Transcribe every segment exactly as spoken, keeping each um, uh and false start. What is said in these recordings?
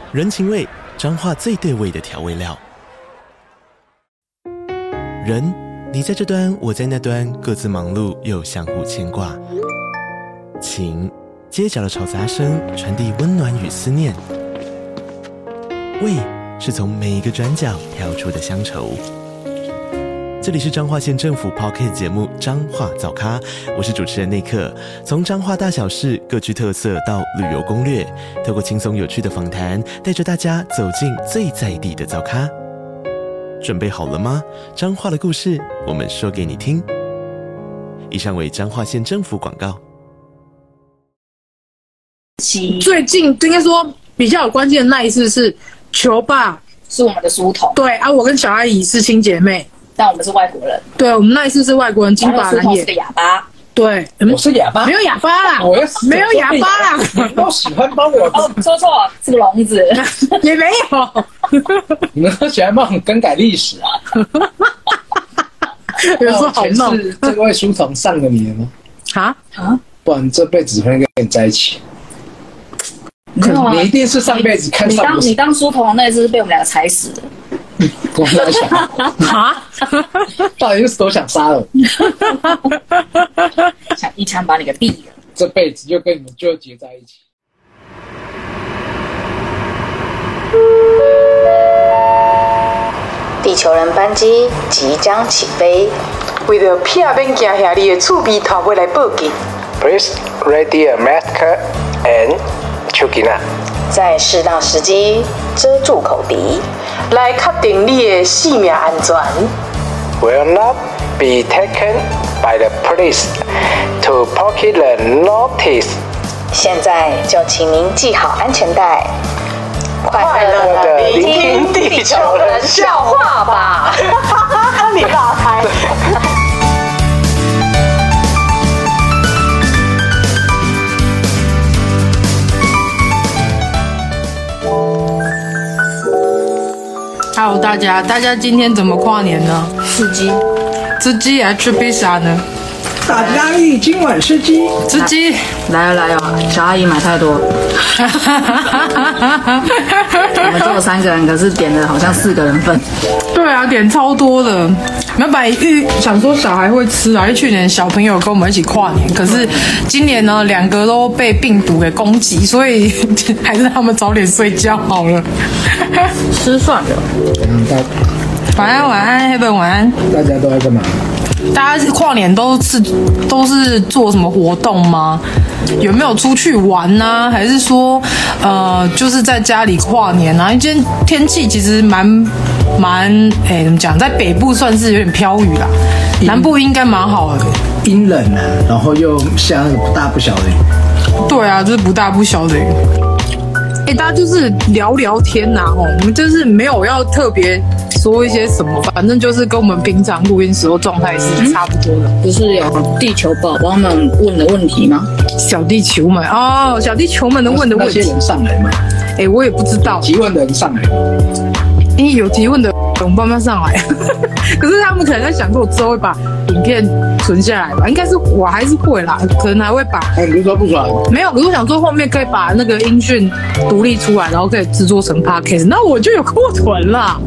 人情味，彰化最对味的调味料。人，你在这端，我在那端，各自忙碌又相互牵挂。情，街角的吵杂声传递温暖与思念。味，是从每一个转角跳出的乡愁。这里是彰化县政府 Podcast 节目《彰化早咖》，我是主持人内克。从彰化大小事各具特色到旅游攻略，透过轻松有趣的访谈，带着大家走进最在地的早咖。准备好了吗？彰化的故事，我们说给你听。以上为彰化县政府广告。 最近应该说比较有关键的那一次是球爸是我们的书童， 对啊，我跟小阿姨是亲姐妹。 但我们是外国人， 对，我们那一次是外国人，金发蓝眼， 是个哑巴， 对， 我是哑巴， 没有哑巴啦， 我没有哑巴啦， 你们都喜欢帮我， 哦，说错，是个聋子， 也没有， 你们都喜欢帮我更改历史啊？ 有时候好闹。 是这位书童上了你了吗？ 啊啊， 不然这辈子会跟你在一起。 没有啊， 你一定是上辈子看上你当你当书童那次是被我们两个踩死的。 我在想啊， 到底是多想杀了我？ 想一枪把你给毙了。 这辈子就跟你们纠结在一起。 地球人班机即将起飞， 为了避免惊吓你的厝边头尾来报警 ，Please ready a mask and chukina。 在适当时机遮住口鼻， 来确定你的性命安全。 Will not be taken by the police to pocket the notice。 现在就请您系好安全带， 快乐的聆听地球人笑话吧！你拉开。 Hello， 大家，大家今天怎么跨年呢？ 吃鸡， 吃鸡还是吃披萨呢？ 大家一今晚吃鸡， 吃鸡， 来哦来哦，小阿姨买太多。我们只有三个人，可是点的好像四个人份。 对啊，点超多的。原本预想说小孩会吃啊，因为去年小朋友跟我们一起跨年，可是今年呢，两个都被病毒给攻击，所以还是他们早点睡觉好了。 吃算了。 嗯，大晚安晚安 ，Heaven 晚安。 大家都在干嘛？ 大家跨年都是都是做什么活动吗？有没有出去玩呢、啊？还是说，呃，就是在家里跨年啊？因为今天天气其实蛮蛮，哎，怎么讲，在北部算是有点飘雨啦，南部应该蛮好的。 阴冷啊，然后又下那个不大不小的雨。 对啊，就是不大不小的雨。哎，大家就是聊聊天呐、啊，哦，我们就是没有要特别说一些什么，反正就是跟我们平常录音时候状态是差不多的。 不是有地球宝宝们问的问题吗？ 小地球们哦，小地球们能问的问题。 那些人上来吗？ 哎，我也不知道。 提问的人上来吗？ 因为有提问的，我们慢慢上来。可是他们可能在想说，我之后会把影片存下来吧？应该是我还是会啦，可能还会把。 哎，你不是说不传？ 没有，可是我想说后面可以把那个音讯独立出来，然后可以制作成 podcast， 那我就有库存啦。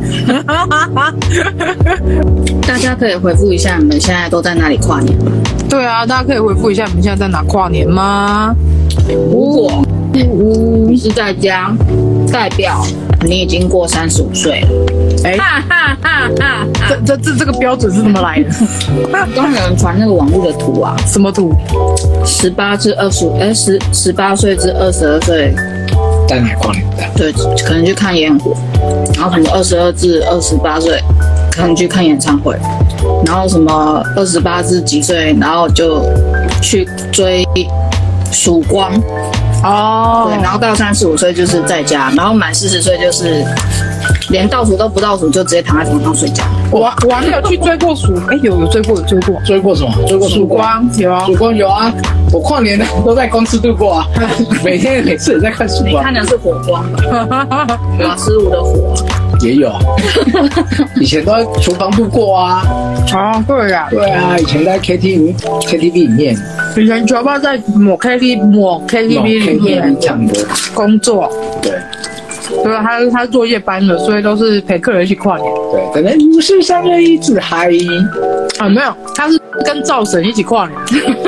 大家可以回复一下你们现在都在哪里跨年吗？ 对啊，大家可以回复一下你们现在在哪跨年吗？ 如果你是在家，代表你已经过三十五岁了。 哎，哈哈哈哈！这这这这个标准是怎么来的？ 刚有人传那个网络的图啊， 什么图？ 十八至二十五，哎，十十八岁至二十二岁， 在哪跨年的？ 对，可能去看烟火，然后什么二十二至二十八岁，可能去看演唱会，然后什么二十八至几岁，然后就去追曙光。 哦， 对，然后到三十五岁就是在家，然后满四十岁就是连倒数都不倒数，就直接躺在床上睡觉。 我我还没有去追过曙，哎，有有追过有追过追过什么？追过曙光？ 有啊， 曙光有啊，我跨年的都在公司度过啊，每天每次也在看曙光。 你看的是火光吧？瓦斯炉的火也有，以前都在厨房度过啊。 啊，对呀、啊， 对啊，以前在 K T V K T V 里面， 以前主要在某 K T V 某 K T V 里面唱歌工作。 对， 对啊，他他做夜班的，所以都是陪客人一起跨年。 对，可能五十三个一字嗨啊，没有，他是跟灶神一起跨年。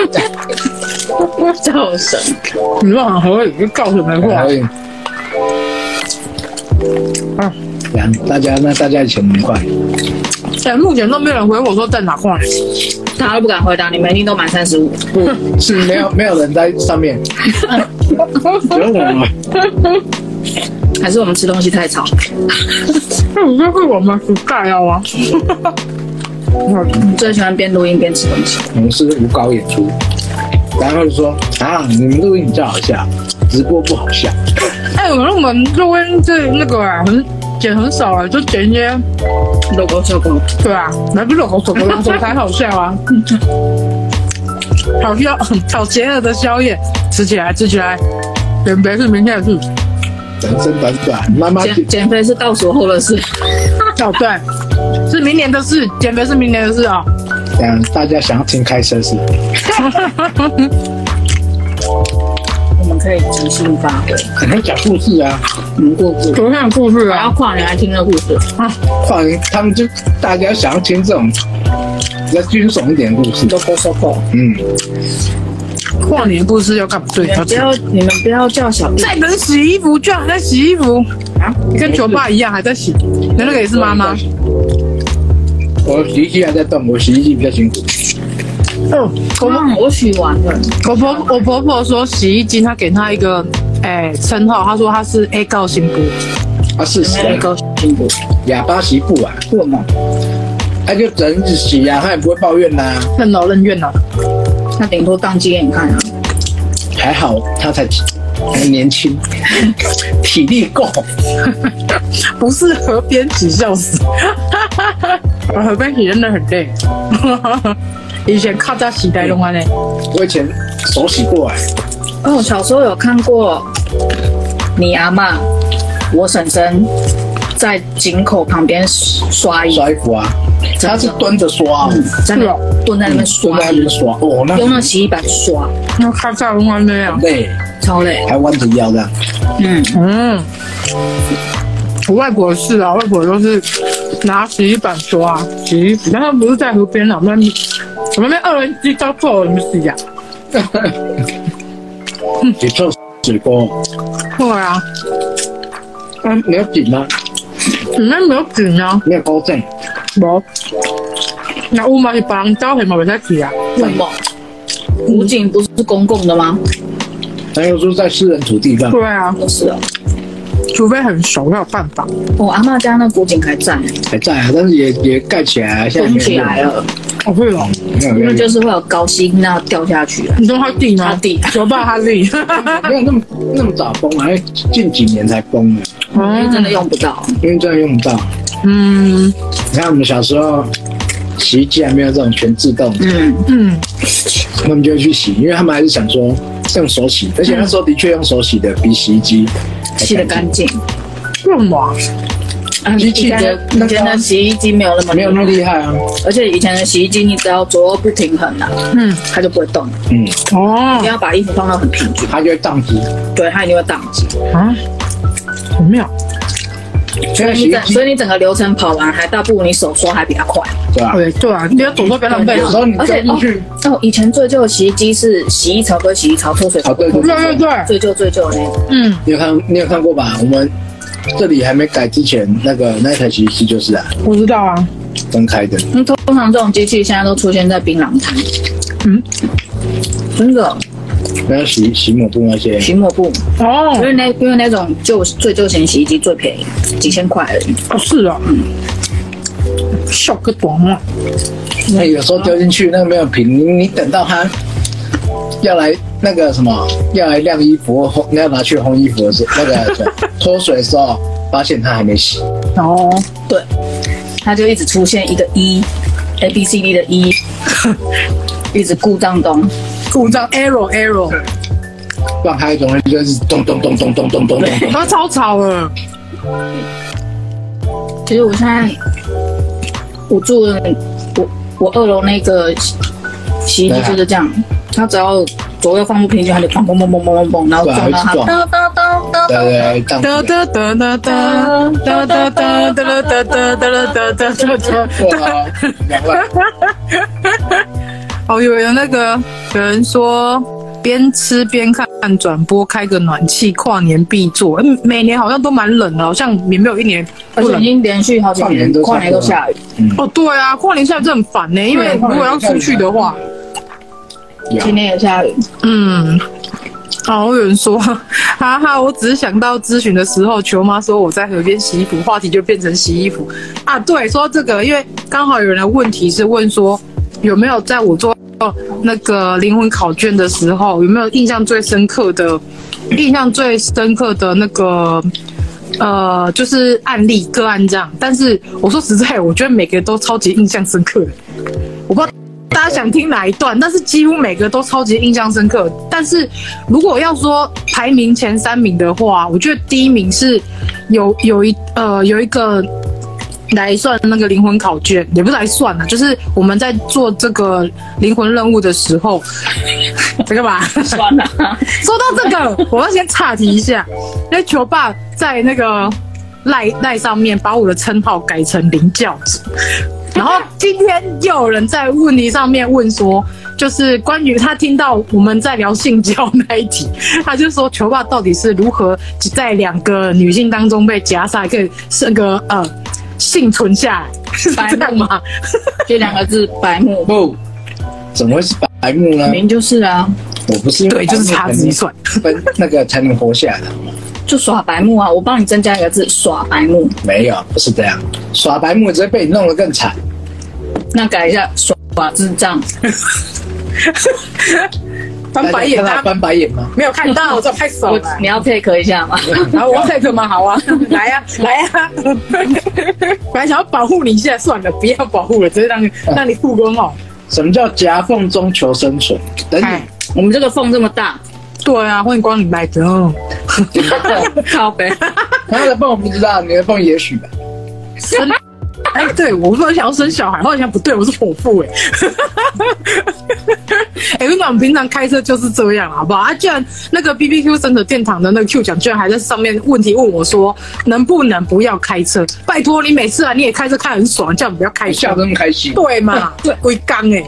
灶神， 你说很合理，跟灶神没跨年。啊， 大家那大家一起很快。 哎，目前都没有人回我说在哪跨年， 大家都不敢回答，你们一定都满三十五。 不是没有没有人在上面。有我吗？ 还是我们吃东西太吵？ 那我就是我们不盖要啊。 你最喜欢边录音边吃东西？ 我们是无稿演出，然后就说啊，你们录音比较好笑，直播不好笑。 哎，可是我们录音这那个啊，很剪很少啊，就剪一些肉狗小狗。 对啊，那不是肉狗手狗手才好笑啊。好笑，好邪恶的宵夜，吃起来吃起来，减肥是明天的事。 人生短短，慢慢减减肥是倒数后的事。 哦，对，是明年的事，减肥是明年的事啊。 这样大家想要听开车是？ 我们可以即兴发挥， 可能讲故事啊， 嗯，故事。 昨天的故事然后啊， 跨年来听这个故事。 跨年他们就大家想要听这种比较惊悚一点的故事。 都够收购。 嗯， 跨年故事要干嘛？对，要不要你们不要叫小弟。 在等洗衣服，居然还在洗衣服啊！跟酒吧一样还在洗，你那个也是妈妈。 我洗衣机还在动，我洗衣机比较辛苦。 哦， 我我洗完了。 我婆我婆婆说洗衣机，她给她一个哎称号，她说她是 A 告新妇。 啊，是是没高兴不？ 哑巴媳妇啊， 为什么？ 他就整日洗啊，他也不会抱怨呐、啊。 任劳任怨呐， 他顶多当机给你看啊。 还好他才还年轻，体力够。 不是河边洗，笑死！河边洗真的很累。以前靠在洗台弄安呢， 我以前手洗过来， 哦，小时候有看过你阿嬷、我婶婶在井口旁边刷衣， 刷衣服啊，他是蹲着刷、哦， 嗯，真的蹲在那边刷蹲在那边刷，哦，那用那洗衣板刷， 那靠在弄安那样。 累， 超累。 还弯着腰这样。 嗯嗯，我外婆是啊，外婆都是拿洗衣板刷洗衣服，但她不是在河边啊，我们那我们那边二人机招错了，你们洗呀？ 你做水沟， 对啊， 嗯，没有紧吗？ 里面没有紧啊， 没有高正， 无。那有嘛是别人招，是嘛袂使洗啊？ 为什么？湖景不是公共的吗？ 还有说在私人土地上， 对啊， 不是哦， 除非很熟才有办法。 我阿嬷家那古井还在， 还在啊，但是也也盖起来啊，现在封起来了， 哦，会哦， 没有因为用， 就是会有高息那掉下去了。 你说他弟吗？ 他弟酒吧他弟。 没有那么那么早封啊，近几年才封的， 因为真的用不到。 因为真的用不到。 嗯你看我们小时候洗衣机还没有这种全自动的， 嗯， 嗯， 他们就会去洗，因为他们还是想说用手洗，而且那时候的确用手洗的比洗衣机还洗得干净。 为什么啊？ 啊机器的以前那个以前的洗衣机没有那么没有那么厉害啊。 而且以前的洗衣机，你只要左右不平衡啊， 嗯， 它就不会动。 嗯， 哦你要把衣服放到很平均， 它就会宕机。 对，它一定会宕机。 啊，好妙。 所以你整，所以你整个流程跑完，还倒不如你手刷还比较快。 对吧？ 对对啊，你要走都不要浪费。 有时候你而且丢进去， 哦，以前最旧的洗衣机是洗衣槽跟洗衣槽脱水槽， 哦对对对对对， 最旧最旧的那种。 嗯， 你有看你有看过吧？我们这里还没改之前，那个那台洗衣机就是啊， 我知道啊。 分开的。 嗯，通常这种机器现在都出现在槟榔摊。 嗯， 真的那个洗洗抹布那些， 洗抹布， 哦因为那因为那种旧最旧型洗衣机最便宜，几千块而已。 哦是啊，嗯，笑个短啊。 那有时候丢进去那个没有平，你你等到它要来那个什么要来晾衣服或烘要拿去烘衣服的时候，那个脱水的时候，发现它还没洗。 哦， 对，它就一直出现一个一 A B C D 的一，一直故障中。 故障 error error， 放开的东西就是咚咚咚咚咚咚咚咚咚。 它超吵了。 其实我现在我住的我我二楼那个洗洗衣机就是这样，它只要左右放不平均，它就砰砰砰砰砰砰砰，然后撞到它， 对哒哒哒哒对对，这样哒子。 哒哒哒哒哒哒哒哒哒哒哒哒哒哒哒。 两万。 哦，有人那个有人说边吃边看转播，开个暖气，跨年必做。嗯，每年好像都蛮冷的，好像也没有一年而且已经连续好几年跨年都下雨。 哦，对啊，跨年下雨真的很烦呢、欸，因为如果要出去的话， 今天也下雨。 嗯。哦，有人说，哈哈，我只是想到咨询的时候，球妈说我在河边洗衣服，话题就变成洗衣服啊。对，说到这个，因为刚好有人的问题是问说，有没有在我做那个灵魂考卷的时候，有没有印象最深刻的、印象最深刻的那个呃，就是案例个案这样。但是我说实在，我觉得每个都超级印象深刻的，我不知道大家想听哪一段，但是几乎每个都超级印象深刻。但是如果要说排名前三名的话，我觉得第一名是有有一呃有一个来算那个灵魂考卷，也不是来算了，就是我们在做这个灵魂任务的时候，这个吧， 算了。 说到这个，我要先岔题一下，因为球爸在那个赖赖上面把我的称号改成灵教主。然后今天又有人在问题上面问说，就是关于他听到我们在聊性交那一题，他就说球爸到底是如何在两个女性当中被夹杀，可以那个呃幸存下来，是这样吗？ 这两个字白目不，怎么会是白目呢？ 明就是啊， 我不是因为对，就是差之一算， 分那个才能活下来的。 就耍白目啊！我帮你增加一个字，耍白目。 没有，不是这样，耍白目只会被你弄得更惨。 那改一下，耍智障。 翻白眼啊！ 翻白眼吗？ 没有看到，我这拍手了。 你要 take 一下吗？ 好，我 take 吗？好啊，来呀、啊，来呀、啊！本来想要保护你一下，算了，不要保護了，直接让你让你复工好。 什么叫夹缝中求生存？等你， 我们这个缝这么大。 对啊，欢迎光临麦克。 靠北， 他的缝我不知道，你的缝也许吧。 生，哎，对我说想要生小孩，后来想不对，我是剖腹哎。哎，因为我们平常开车就是这样，好不好？啊，居然那个 B B Q 生的殿堂的那个 Q 奖，居然还在上面问题问我说，能不能不要开车？拜托你每次啊你也开车开很爽，叫你不要开车， 笑得那么开心。 对嘛？对，龟缸哎。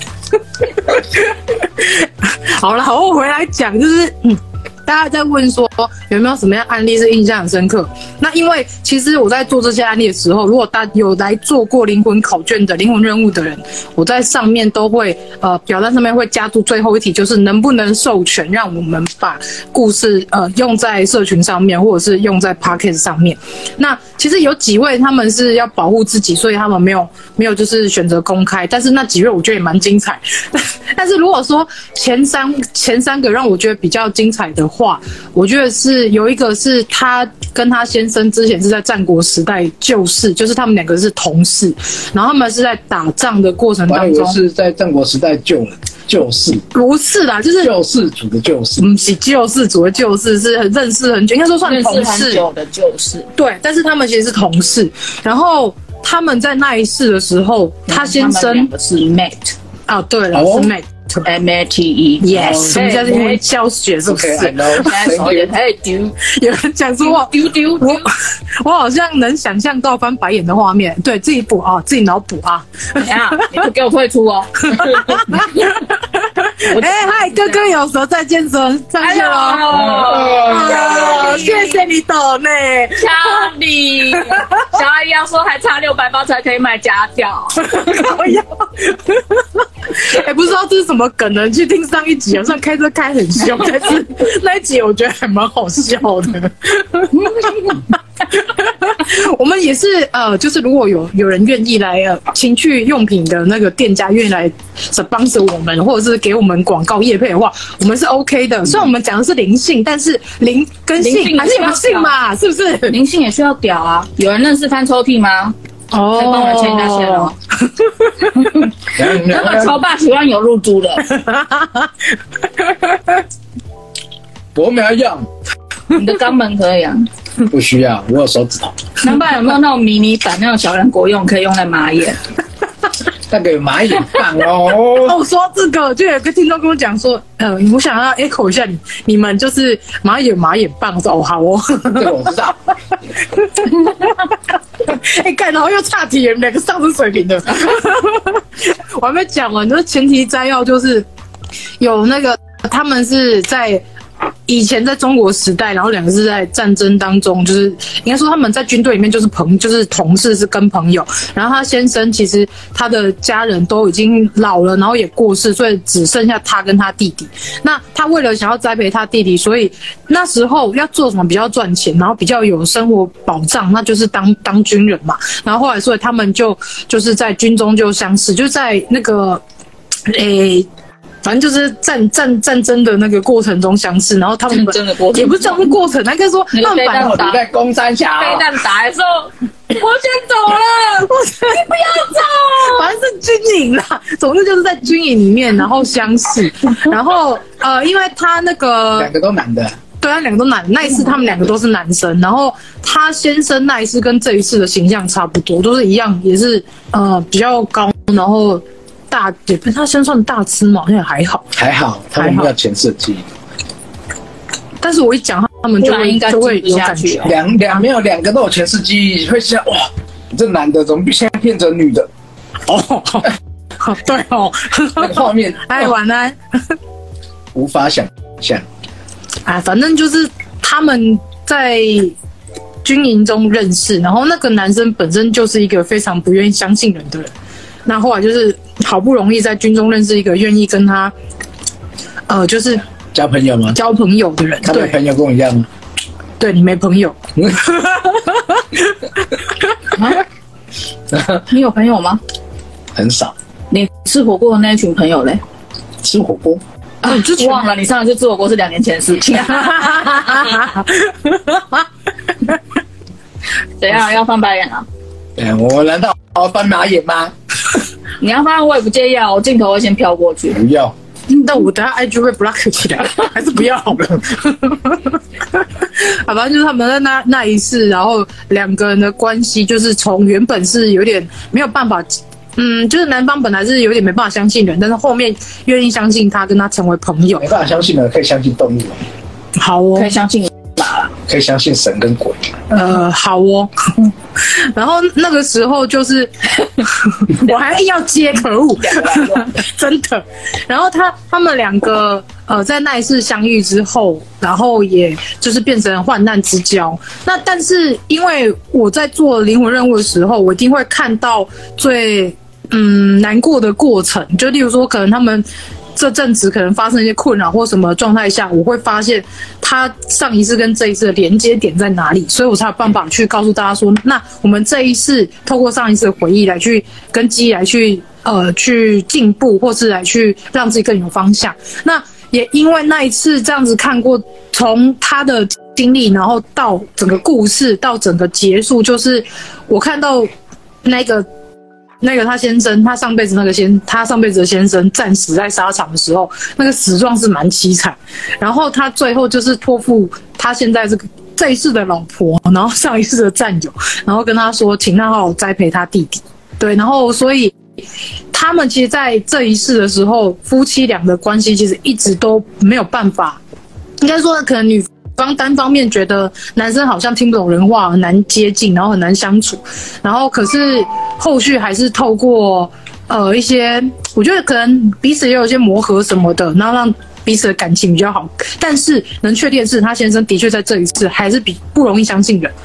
好了，好，我回来讲，就是嗯，大家在问说有没有什么样案例是印象很深刻？那因为其实我在做这些案例的时候，如果大家有来做过灵魂考卷的灵魂任务的人，我在上面都会呃表单上面会加注最后一题，就是能不能授权让我们把故事呃用在社群上面，或者是用在 Podcast 上面。那其实有几位他们是要保护自己，所以他们没有没有就是选择公开，但是那几位我觉得也蛮精彩。但是如果说前三前三个让我觉得比较精彩的话，我觉得是有一个是他跟他先生之前是在战国时代救世，就是他们两个是同事，然后他们是在打仗的过程当中， 我以为是在战国时代救人救世， 不是啦，就是救世主的救世， 不是救世主的救世，是很认识很久，应该说算同认识事很久的救世。 对，但是他们其实是同事，然后他们在那一世的时候，他先生两个是 mate 啊，对了， 哦是 mate。 M A T E，yes， 我们家是英文教学，是不是？ Okay, I know. 现在手也可以丢， 有人讲说我丢丢丢， 我我好像能想象到翻白眼的画面，对自己补啊，自己脑补啊。 等一下，你不给我退出哦。 哎，嗨，哥哥有时候再见神上线喽！啊，谢谢你懂呢， 小李，小阿姨要说还差六百包才可以买家条。 我要。哎，不知道这是什么梗呢？去听上一集，好像开车开很凶，但是那一集我觉得还蛮好笑的。我们也是呃，就是如果有有人愿意来呃情趣用品的那个店家愿意来帮着我们，或者是给我们广告业配的话，我们是 OK 的。虽然我们讲的是灵性，但是灵跟性还是有性嘛，是不是？ 灵性也需要屌啊！有人认识翻抽屉吗？ 哦， 可以帮我签一下线哦。那个潮爸喜欢有入珠的。 我没有用， 你的肛门可以啊。 不需要，我有手指头。 南爸有没有那种迷你版那种小人国用，可以用在马眼？ 那个马眼棒哦。 哦，说这个，就有个听众跟我讲说，呃，我想要 echo 一下你，你们就是马眼马眼棒，我说哦好哦， 这个我知道。 哎、欸，干，然后又岔题，你们两个上升水平的。我还没讲完，就是前提摘要，就是有那个他们是在。以前在中国时代，然后两个是在战争当中，就是应该说他们在军队里面就是朋，就是同事，是跟朋友。然后他先生其实他的家人都已经老了，然后也过世，所以只剩下他跟他弟弟。那他为了想要栽培他弟弟，所以那时候要做什么比较赚钱，然后比较有生活保障，那就是当当军人嘛。然后后来所以他们就就是在军中就相识，就在那个诶。反正就是战战战争的那个过程中相识，然后他们战争的过程也不是战争过程，他应该说他们反我在攻三峡飞弹打的时候，我先走了， 我你不要走，反正是军营啦。总之就是在军营里面，然后相识，然后呃，因为他那个两个都男的。 对，他两个都男，那一次他们两个都是男生，然后他先生那一次跟这一次的形象差不多，都是一样，也是呃比较高，然后。大也不是他身上大只嘛，好像还好， 还好，他们没有前世记忆。 但是我一讲，他们就会就会有感觉。 两两没有两个都有前世记忆，会想哇，这男的怎么现在变成女的？ 哦，对哦， 那个画面， 哎，晚安， 无法想象。 哎，反正就是他们在军营中认识，然后那个男生本身就是一个非常不愿意相信人的人。那后来就是好不容易在军中认识一个愿意跟他，呃，就是交朋友吗？ 交朋友的人。 他没朋友跟我一样吗？ 对，你没朋友。 你有朋友吗？ 很少。 你吃火锅的那一群朋友嘞？ 吃火锅啊，就忘了你上一次吃火锅是两年前的事情。怎样？要翻白眼啊？ 对，我难道要翻马眼吗？ 你要翻，我也不介意啊，我镜头会先飘过去。 不要。 那我等下 I G 会 block 起来，还是不要好了。好吧，就是他们在那那一次，然后两个人的关系就是从原本是有点没有办法，嗯，就是男方本来是有点没办法相信人，但是后面愿意相信他，跟他成为朋友。 没办法相信的可以相信动物。 好哦， 可以相信马啦， 可以相信神跟鬼。 呃，好哦。然后那个时候就是我还硬要接，可恶，真的。然后他他们两个呃在那一次相遇之后，然后也就是变成患难之交。那但是因为我在做灵魂任务的时候，我一定会看到最嗯难过的过程，就例如说可能他们这阵子可能发生一些困扰或什么状态下，我会发现他上一次跟这一次的连接点在哪里，所以我才有办法去告诉大家说，那我们这一次透过上一次的回忆来去跟记忆来去呃去进步，或是来去让自己更有方向。那也因为那一次这样子看过，从他的经历，然后到整个故事到整个结束，就是我看到那个。那个他先生，他上辈子那个先，他上辈子的先生战死在沙场的时候，那个死状是蛮凄惨。然后他最后就是托付他现在这个这一世的老婆，然后上一世的战友，然后跟他说，请他好好栽培他弟弟。对，然后所以他们其实，在这一世的时候，夫妻俩的关系其实一直都没有办法，应该说可能女方单方面觉得男生好像听不懂人话，很难接近，然后很难相处，然后可是后续还是透过呃一些，我觉得可能彼此也有一些磨合什么的，然后让彼此的感情比较好。但是能确定的是，他先生的确在这一次还是比不容易相信人，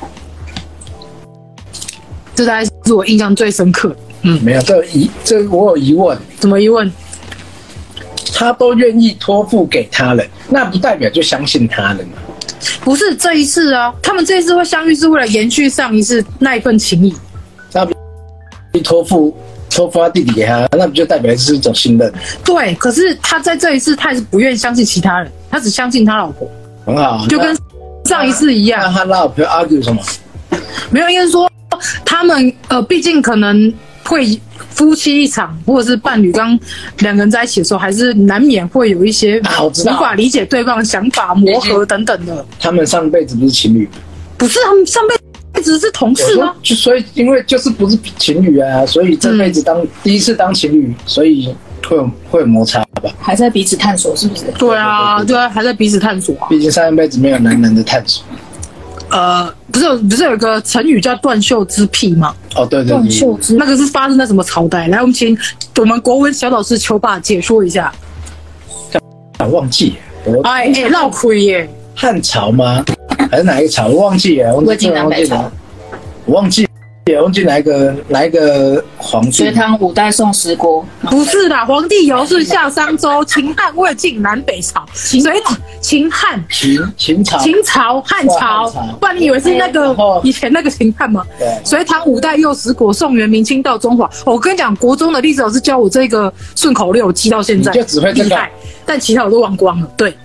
这大概是我印象最深刻的。 嗯，没有这个疑，这个我有疑问。 怎么疑问？ 他都愿意托付给他人，那不代表就相信他人嘛？ 不是这一次啊，他们这一次会相遇是为了延续上一次那一份情谊。 那托付托付他弟弟给他，那不就代表是一种信任？ 对，可是他在这一次他也是不愿意相信其他人，他只相信他老婆。 很好， 就跟上一次一样。 那他老婆 argue 什么？ 没有，应该是说他们呃，毕竟可能会夫妻一场，或者是伴侣刚两个人在一起的时候，还是难免会有一些无法理解对方的想法、磨合等等的。 他们上辈子不是情侣？ 不是，他们上辈子子是同事啊。 就所以因为就是不是情侣啊，所以这辈子当、嗯、第一次当情侣，所以会有会有摩擦吧？ 还在彼此探索，是不是？ 对啊，对啊，还在彼此探索啊。 毕竟上一辈子没有男人的探索。 呃，不是有不是有一个成语叫断袖之癖吗？ 哦，对对对， 断袖之那个是发生在什么朝代？来，我们请我们国文小老师邱爸解说一下。 我忘记，我哎哎，绕亏耶！ 汉朝吗？还是哪一个朝？我忘记了， 魏晋南北朝， 我忘记。也忘记哪一个哪一个皇帝？ 隋唐五代宋十国不是啦，皇帝尧舜夏商周秦汉魏晋南北朝，隋秦汉秦秦朝秦朝汉朝，不然你以为是那个以前那个秦汉吗？ 对， 隋唐五代又十国，宋元明清到中华。我跟你讲，国中的历史老师教我这个顺口溜，我记到现在， 你就只会这个， 但其他我都忘光了。对，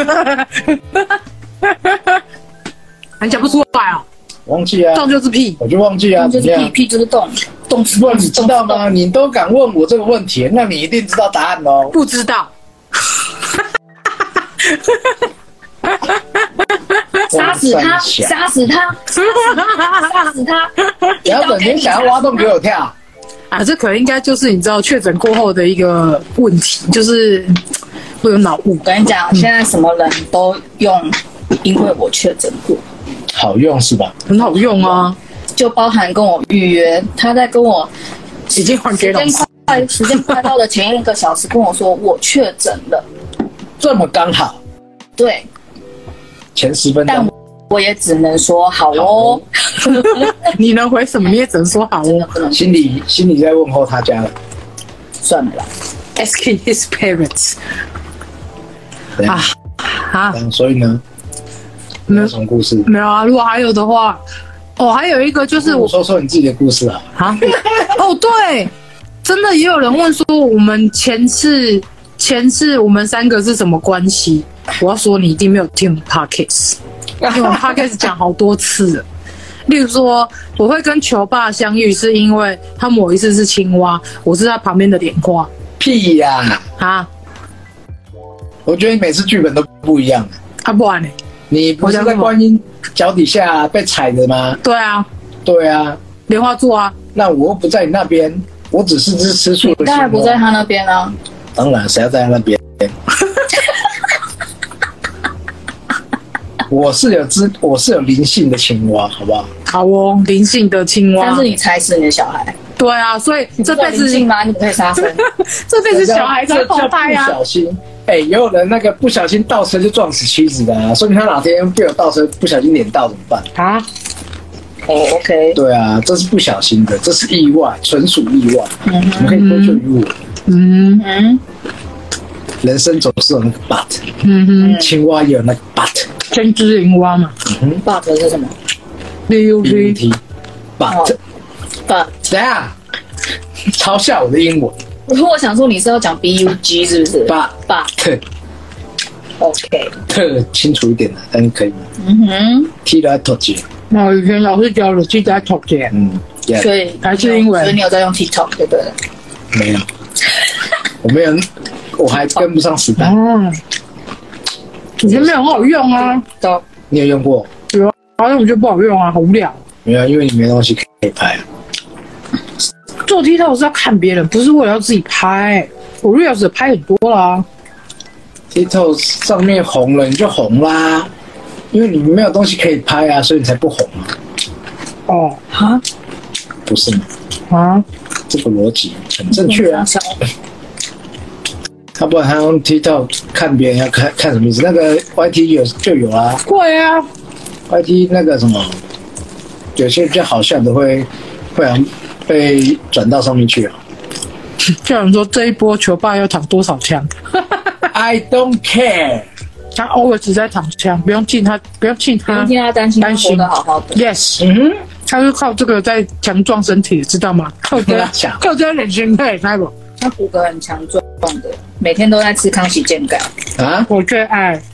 你讲不出来啊？ 忘记啊， 动就是屁， 我就忘记啊， 动就是屁，屁就是动，动词不，你知道吗？你都敢问我这个问题，那你一定知道答案哦。 不知道， 杀死他，杀死他，杀死他！ 不要整天想要挖洞给我跳啊！这可能应该就是你知道确诊过后的一个问题，就是会有脑雾。 我跟你讲，现在什么人都用，因为我确诊过。 好用是吧？ 很好用啊， 就包含跟我预约，他在跟我已经还给老师， 快时间快到的前一个小时跟我说我确诊了， 这么刚好。 对， 前十分钟， 但我也只能说好哦。 你能回什么？你也只能说好哦。 心里心里在问候他家了， 算了啦。 Asking his parents 啊啊，所以呢？没有什么故事？ 没有啊，如果还有的话，哦，还有一个就是我说说你自己的故事啊。 啊，哦，对，真的也有人问说我们前次前次我们三个是什么关系？我要说你一定没有听我们 podcast， 因为我们 podcast 講好多次了。例如说，我会跟球爸相遇，是因为他某一次是青蛙，我是他旁边的莲花。 屁呀！ 啊， 我觉得你每次剧本都不一样。 啊，不然呢？ 你不是在观音脚底下被踩的吗？ 对啊， 对啊， 莲花座啊。 那我又不在你那边，我只是只吃素的。 你当然不在他那边啊。 当然，谁要在他那边？我是有知，我是有灵性的青蛙，好不好？ 好哦，灵性的青蛙。 但是你踩死你的小孩。 对啊，所以这辈子灵性吗？你不可以杀生。 这辈子小孩在后代啊。 不小心。哎、欸，也有人那个不小心倒车就撞死妻子的啊，说明他哪天被我倒车不小心碾到怎么办啊？ 哦 ，OK， 对啊，这是不小心的，这是意外，纯属意外，嗯、怎么可以归咎于我？ 嗯嗯， 人生总是有那个 but， 嗯哼， 青蛙也有那个 but， 天之灵蛙嘛， 嗯哼 ，but 是什么 ？B U T but but 怎样？嘲笑我的英文。 我想说你是要讲 B U G 是不是 ？but but OK， 特清楚一点的，但是可以吗？ 嗯哼 ，T 来头节。 那以前老师教的，记得头节。 嗯， yeah, 所以还是英文， 所以你有在用 TikTok 对不对？ 没有，我没有，我还跟不上时代。 哦，以前没有很好用啊。 都， 你有用过？ 有啊，好像我觉得不好用啊，好无聊。 没有，因为你没东西可以拍。 做 TikTok 是要看别人，不是为了要自己拍。我 Reels 拍很多啦。 TikTok 上面红了，你就红啦，因为你没有东西可以拍啊，所以你才不红啊。 哦，哈， 不是吗？ 啊， 这个逻辑很正确啊。要不然他用 TikTok 看别人要看看什么意思？那个 Y T 有就有啊。 会啊 ，Y T 那个什么，有些比较好笑的会会啊被转到上面去啊。 就有人说这一波球爸要躺多少枪 ？I don't care。 他偶尔只在躺枪，不用进他，不用进他， 不用替他担心，担心活得好好的。 Yes， 嗯哼， 他是靠这个在强壮身体，知道吗？靠这靠这脸型可以开不？ 他骨骼很强壮的，每天都在吃康熙健钙啊！ 我最爱。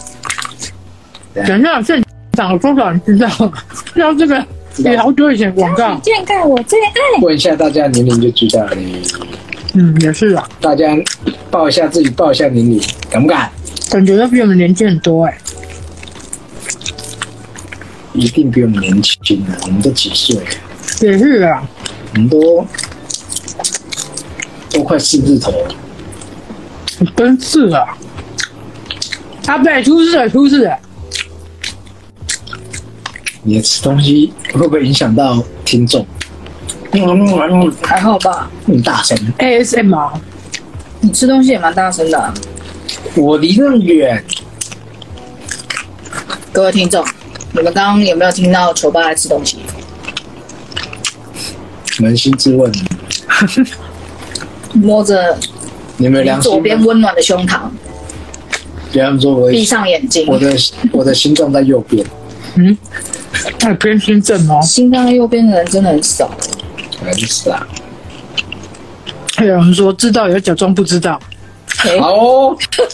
等一下，现场有多少人知道？知道这个也好久以前广告。 康熙健钙我最爱。 问一下大家年龄就知道了。 嗯，也是啊。 大家报一下自己，报一下年龄，敢不敢？ 感觉他比我们年纪很多哎、 一定比我们年轻啊，我们都几岁了？ 也是啊， 我们都都快四字头了。 真是啊！阿贝出事了，出事了！ 你吃东西会不会影响到听众？嗯， 还好吧？ 很大声。 A S M R， 你吃东西也蛮大声的、啊。 我离那么远。 各位听众，你们刚刚有没有听到球爸在吃东西？ 扪心自问， 摸着你们良心左边温暖的胸膛， 不要说我闭上眼睛。 我的我的心脏在右边。 嗯，那偏心症哦。 心脏右边的人真的很少。 很傻。 有人说知道，也假装不知道。 好哦，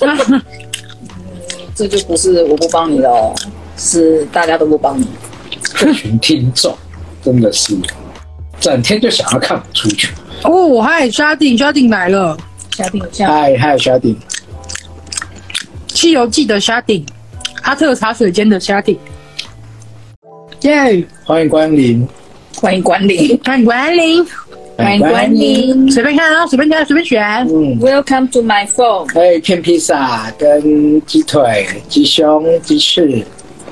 这就不是我不帮你了哦，是大家都不帮你。 这群听众真的是整天就想要看我出去。 哦，嗨，沙丁，沙丁来了， 下定下。 嗨嗨，小丁， 《西游记》的沙丁，阿特茶水间的沙丁，耶！ 欢迎光临， 欢迎光临， 欢迎光临， 欢迎光临。 随便看啊，随便看，随便选。 嗯， Welcome to my phone。 还有一片披萨跟鸡腿、鸡胸、鸡翅。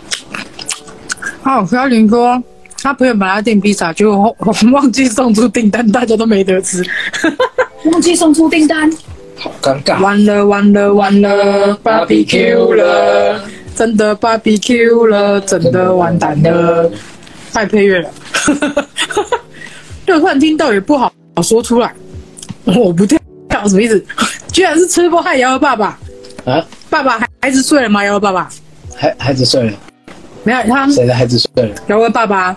哦，沙丁说他朋友把他订披萨，结果忘记送出订单，大家都没得吃。 忘记送出订单， 好尴尬。 完了完了完了 ，barbecue 了，真的 barbecue 了，真的完蛋了，太配乐了。就突然听到也不好说出来，我不跳什么意思？居然是吃播害瑶儿爸爸啊！ 爸爸孩子睡了吗？瑶儿爸爸孩孩子睡了， 没有他谁的孩子睡了？ 瑶儿爸爸。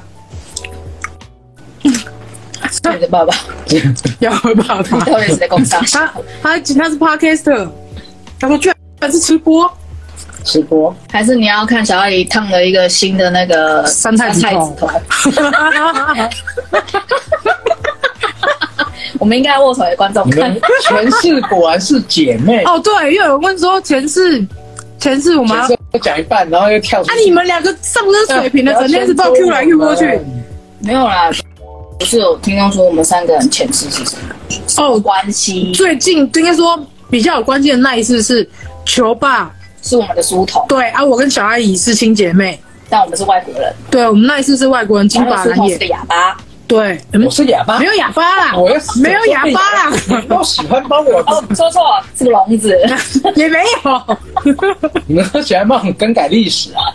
你的爸爸， 瑶儿爸爸， 你到底是在公司？ 他他他是 podcaster， 他说居然是吃播， 吃播还是你要看小阿姨烫了一个新的那个三太子头？ 我们应该握手给观众看你们。前世果然是姐妹。 哦，对，又有人问说前世前世我们要前世讲一半，然后又跳出啊， 去。 你们两个上升水平的，整天是报 Q 来 Q 过去。 没有啦，不是有听到说我们三个人前世是什么？ 哦， 关系最近应该说比较有关系的那一次是球爸， 是我们的书童， 对啊，我跟小阿姨是亲姐妹， 但我们是外国人。 对我们那一次是外国人金发蓝眼书童是个，哑巴。 对， 我是哑巴， 没有哑巴啦， 我要死没有哑巴啦， 你们都喜欢帮我， 哦，说错了，是个聋子。 也没有， 你们都喜欢帮我更改历史啊。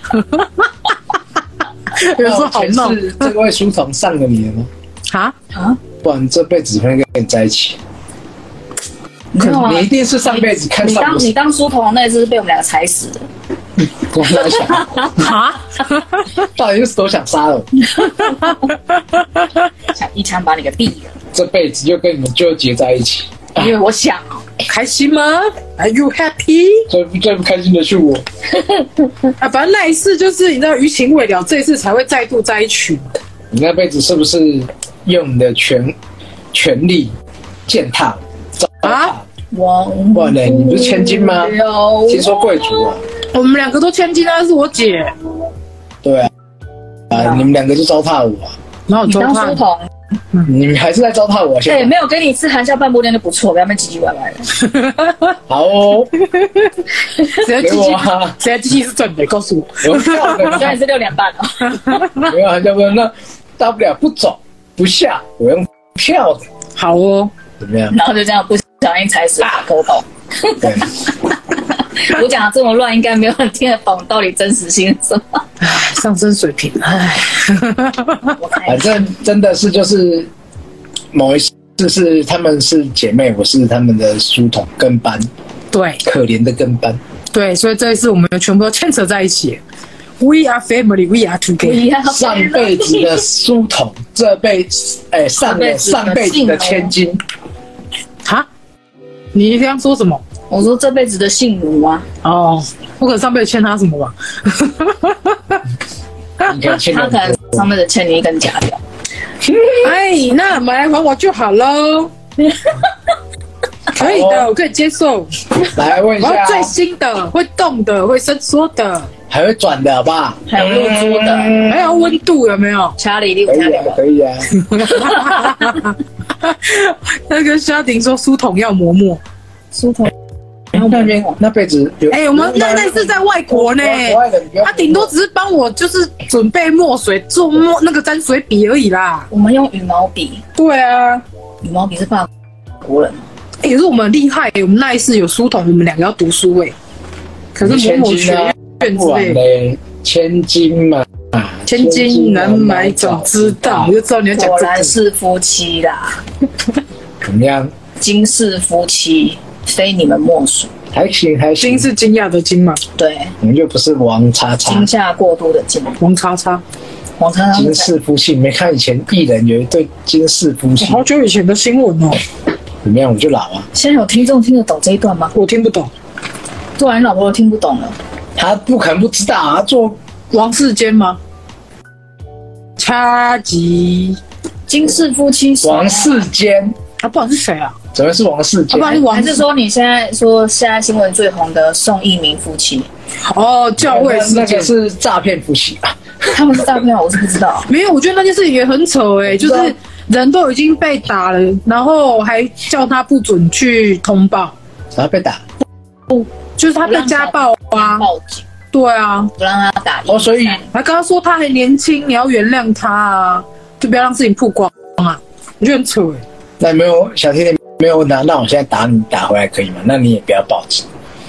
有时候好闹前世这位书童上了你了吗？ 啊啊， 不然这辈子会跟你在一起。 没有啊你一定是上辈子看你上我， 当你当书童那一次是被我们两个踩死的。 我在想， 啊， 到底是多想杀了我？ 想一枪把你给毙了。 这辈子就跟你们纠结在一起。 因为我想， 开心吗 ？Are you happy？ 最最不开心的是我。 啊，反正那一次就是你知道余情未了，这一次才会再度在一起。 你那辈子是不是用你的权权力践踏我？ 啊， 我不然呢？你不是千金吗？听说贵族啊。 我们两个都千金啊，是我姐， 对啊，啊，你们两个就糟蹋我啊， 然后你当书童， 你们还是在糟蹋我。现对， 在没有跟你吃含笑半步癫就不错，不要那么唧唧歪歪的。 好哦， 谁的给机器？ 我啊， 谁的机器是正的？告诉我。 有票的现在是六点半了。 没有啊，要不然那大不了不走不下，我用票的， 好哦， 怎么样？ 然后就这样不小心踩死大狗头。 对， 我讲的这么乱，应该没有人听得懂到底真实性是什么。 上升水平，唉， 我看反正真的是就是某一次是他们是姐妹，我是他们的书童跟班， 对可怜的跟班。 对，所以这一次我们全部都牵扯在一起。We are family, we are 不 together。 一样。 上辈子的书童，这辈子哎上了上辈子的千金， 哈，你刚刚说什么？ 我说这辈子的性奴啊， 哦，我可能上辈子欠他什么吧？ 你看欠他可能上辈子欠你一根假屌。 哎，那买来还我就好喽。可以的，我可以接受。 来问一下我要最新的，会动的，会伸缩的。 还会转的好不好？ 还有露珠的， 还有温度有没有？ 查理，你有可以查理吗？ 啊可以啊。 那个家庭说书童要磨墨， 梳头。 那边那辈子有， 哎、我们那那是在外国呢，他顶多只是帮我就是准备墨水做墨那个沾水笔而已啦。 我们用羽毛笔， 对啊， 羽毛笔是法国人。 欸、可是我们很厉害、欸，我们那一世有书童，我们两个要读书哎、欸。可是某某学院之类的， 千金嘛， 千金难买早知道，我就知道你要讲果这个。 然是夫妻啦， 怎么样？ 金氏夫妻，非你们莫属。 还行还行金，是惊讶的惊嘛， 对， 我们就不是王叉叉惊，吓过度的惊。 王叉叉， 王叉叉金氏夫妻。没看以前艺人有一对金氏夫妻， 好久以前的新闻哦， 怎么样？我就老啊。 现在有听众听得懂这一段吗？ 我听不懂。 对啊，你老婆都听不懂了。 他不可能不知道啊，他做王世坚吗？掐吉金氏夫妻是王世坚， 啊，不管是谁啊？ 怎么是王世啊， 坚不？然是王还是说你现在说现在新闻最红的宋一鸣夫妻， 哦，教会事件那个是诈骗夫妻吧？ 他们是诈骗吗？我是不知道。 没有，我觉得那件事也很扯哎、欸，就是人都已经被打了，然后还叫他不准去通报， 然后被打就是他被家暴啊， 报警， 对啊， 不让他打。 哦，所以还跟他说他还年轻，你要原谅他啊，就不要让事情曝光啊，我觉得很扯哎、欸。 那没有小天天没有问他，那我现在打你打回来可以吗？那你也不要报警，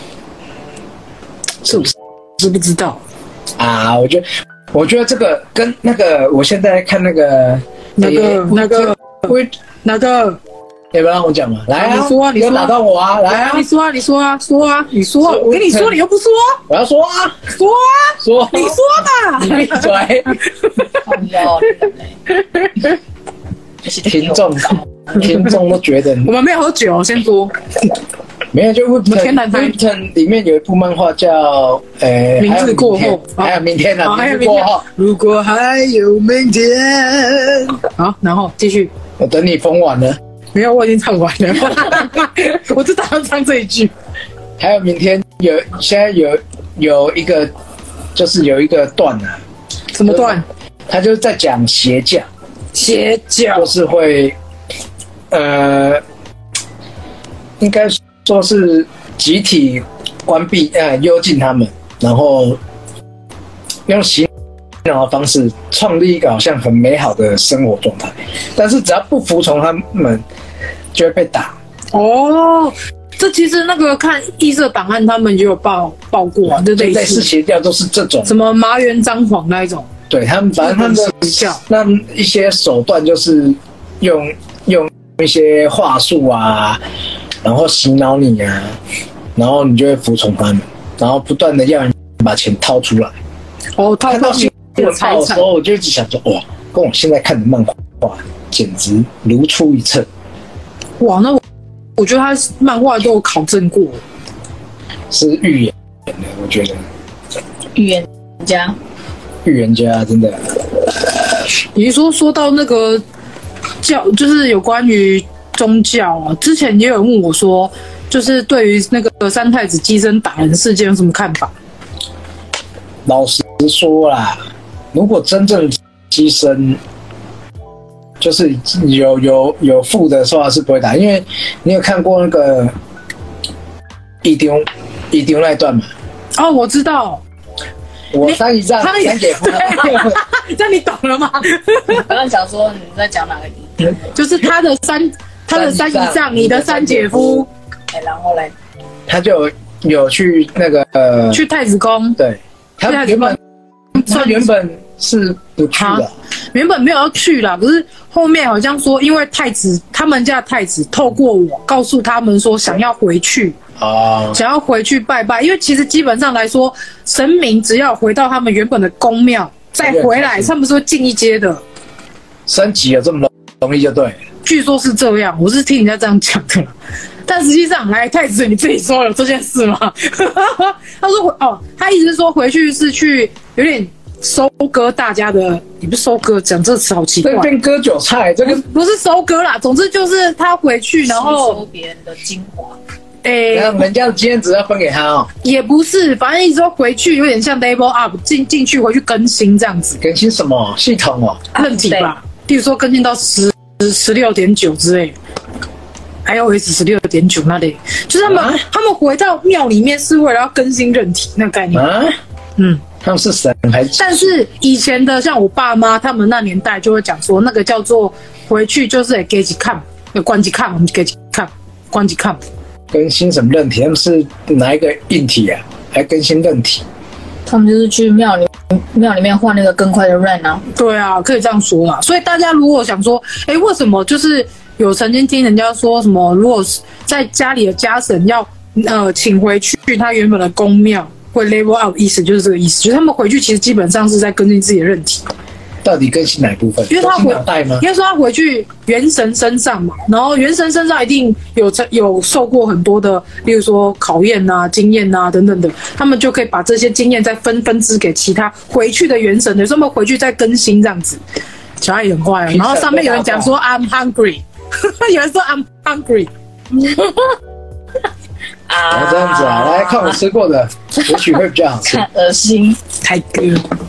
是不是？ 知不知道？ 啊，我觉得，我觉得这个跟那个，我现在看那个那个诶那个会那个， 要不要让我讲嘛？来啊， 你说啊你说啊不要打到我啊！来啊你，说啊，你说啊，说啊，你说啊， 是我跟你说，你又不说， 我要说啊， 说啊， 说你说吧。 你闭嘴， 靠腰人欸听众听众都觉得我们没有喝酒，先说。 没有，就们天南海 Webton 里面有一部漫画叫呃， 明日过后还有明天还有好，还有明天啊，明日明天过后，。 如果还有明天，好，然后继续。 我等你封完了， 没有，我已经唱完了。我就打算唱这一句。 还有明天有现在有有一个就是有一个段啊， 什么段？ 他就是在讲邪教。 邪教就是会，呃，应该说是集体关闭呃幽禁他们，然后用洗脑的方式创立一个好像很美好的生活状态，但是只要不服从他们，就会被打。 哦。这其实那个看异色档案，他们也有报报过啊，就类类似似邪教都是这种， 什么麻原彰晃那一种。 对他们反正他们的邪教那一些手段就是用用一些话术啊，然后洗脑你啊，然后你就会服从他们，然后不断的要你把钱掏出来。 哦，他看到新闻财产报的时候，我就一直想说，哇，跟我现在看的漫画简直如出一辙。 哇，那我我觉得他漫画都有考证过。 是预言的，我觉得预言家。 预言家真的。 你是说说到那个教，就是有关于宗教啊，之前也有人问我说，就是对于那个三太子鸡生打人事件有什么看法？ 老实说啦，如果真正牺牲，就是有有有负的话是不会打，因为你有看过那个一丢一丢那一段嘛？ 哦，我知道， 我三姨丈他也三姐夫， 这样你懂了吗？ 我刚刚想说你在讲哪个一定？ 就是他的三，他的三姨丈，你的三姐夫， 哎，然后嘞， 他就有有去那个呃， 去太子宫， 对，他原本他原本是不去的， 原本没有要去啦，可是后面好像说，因为太子他们家的太子透过我告诉他们说想要回去， 哦， 想要回去拜拜，因为其实基本上来说，神明只要回到他们原本的宫庙再回来，他们是会进一阶的。 升级有这么容容易就对了。 据说是这样，我是听人家这样讲的。但实际上，来太子你自己说有这件事吗？他说哦，他意思是说回去是去有点收割大家的，也不是收割，讲这个词好奇怪这，变割韭菜，这个不是收割啦，总之就是他回去，然后吸收别人的精华。 诶、 然后人家的经验值要分给他哦， 也不是，反正一直说回去有点像 level up， 进进去回去更新这样子， 更新什么系统哦？ 问题吧。例如说更新到十十六点九之类 ，iOS 十六点九那类，就是他们、啊、他们回到庙里面是为了要更新韧体那个概念。啊， 嗯。他们是神还是？ 但是以前的像我爸妈他们那年代就会讲说，那个叫做回去就是给几看，关几看，我们给几看，关几看。 更新什么韧体？他们是哪一个硬体啊？还更新韧体？ 他们就是去庙里庙里面换那个更快的 R A M 啊。 对啊，可以这样说啦。所以大家如果想说，哎，为什么就是有曾经听人家说什么，如果是在家里的家神要呃请回去他原本的宫庙。会 level up， 意思就是这个意思，就是他们回去其实基本上是在更新自己的韧体。 到底更新哪一部分？ 因为他回， 吗应该说他回去元神身上嘛，然后元神身上一定有有受过很多的，例如说考验啊、经验啊等等的，他们就可以把这些经验再分分支给其他回去的元神的，所以他们回去再更新这样子。小爱也很坏，然后上面有人讲说 I'm hungry， 有人说 I'm hungry。 啊，这样子啊，来看我吃过的，也许会比较好吃。 看恶心， 太哥。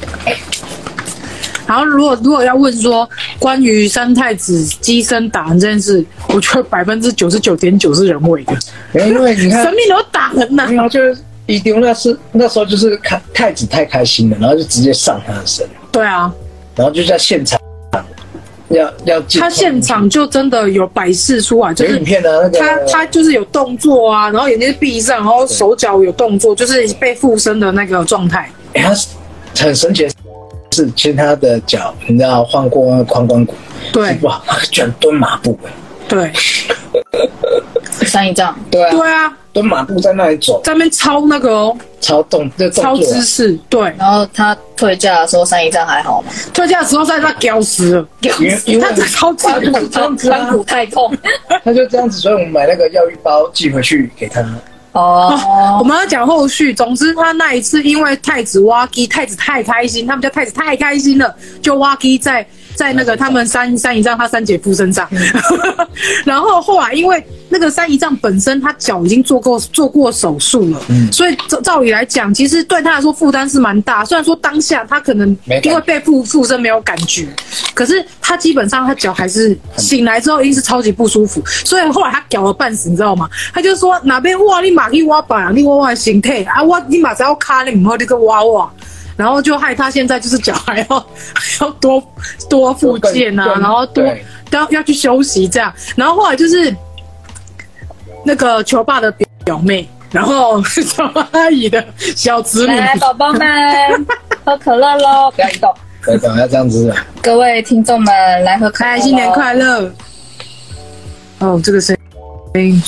然后，如果如果要问说关于三太子机身打人这件事，我觉得百分之九十九点九是人为的， 因为你看神明都打人呐、啊。 然后就是一丢那是那时候就是看太子太开心了，然后就直接上他的身。 对啊， 然后就在现场。要要他现场就真的有摆示出来，就是影片的那个他他就是有动作啊，然后眼睛闭上，然后手脚有动作，就是被附身的那个状态。 哎、欸，他很神奇的是，其实他的脚你知道换过髋关骨， 对， 哇，他居然蹲马步哎， 对， 三一丈， 对啊， 对啊， 蹲马步在那里走， 在那边抄那个哦， 抄动这动作、啊， 抄姿势，对。 然后他退驾的时候，三一丈还好吗？ 退驾的时候，在他屌死了，屌死，他这超级髋髋骨太痛， 他就这样子，所以我们买那个药浴包寄回去给他。 哦，我们要讲后续。总之，他那一次因为太子挖机，太子太开心，他们家太子太开心了，就挖机在在那个他们三三姨丈他三姐夫身上。然后后来因为那个三姨丈本身他脚已经做过做过手术了，嗯、所以照理来讲，其实对他来说负担是蛮大。虽然说当下他可能因为被附附身没有感觉，可是他基本上他脚还是醒来之后一定是超级不舒服，所以后来他屌了半死，你知道吗？他就说哪边哇你马去挖板，你挖我的身体啊，我你马只要卡你唔好你个挖我。然后就害他现在就是脚还要还要多多复健啊，然后多要要去休息这样。然后后来就是那个球爸的表妹，然后小阿姨的小侄女， 来宝宝们喝可乐喽，不要移动， 对，不要这样子。 各位听众们来喝可乐， 新年快乐！哦，这个声音。